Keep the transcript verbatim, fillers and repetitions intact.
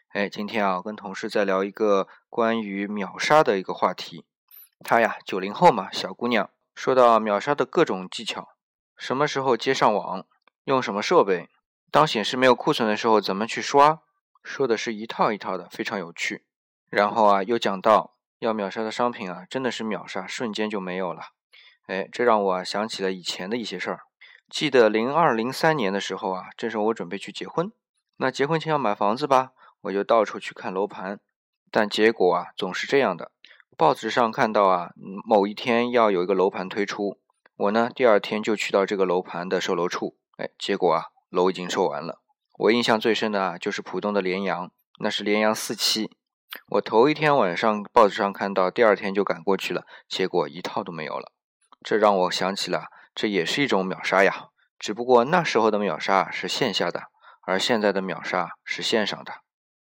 哎，今天啊，跟同事在聊一个关于秒杀的一个话题。她呀，九零后嘛，小姑娘，说到秒杀的各种技巧，什么时候接上网，用什么设备，当显示没有库存的时候怎么去刷，说的是一套一套的，非常有趣。然后啊，又讲到要秒杀的商品啊，真的是秒杀，瞬间就没有了。哎，这让我啊想起了以前的一些事儿。记得零二零三年的时候啊，正是我准备去结婚，那结婚前要买房子吧，我就到处去看楼盘，但结果啊总是这样的。报纸上看到啊，某一天要有一个楼盘推出，我呢第二天就去到这个楼盘的售楼处，哎，结果啊楼已经售完了。我印象最深的啊就是浦东的联阳，那是联阳四期。我头一天晚上报纸上看到，第二天就赶过去了，结果一套都没有了。这让我想起了，这也是一种秒杀呀，只不过那时候的秒杀是线下的，而现在的秒杀是线上的。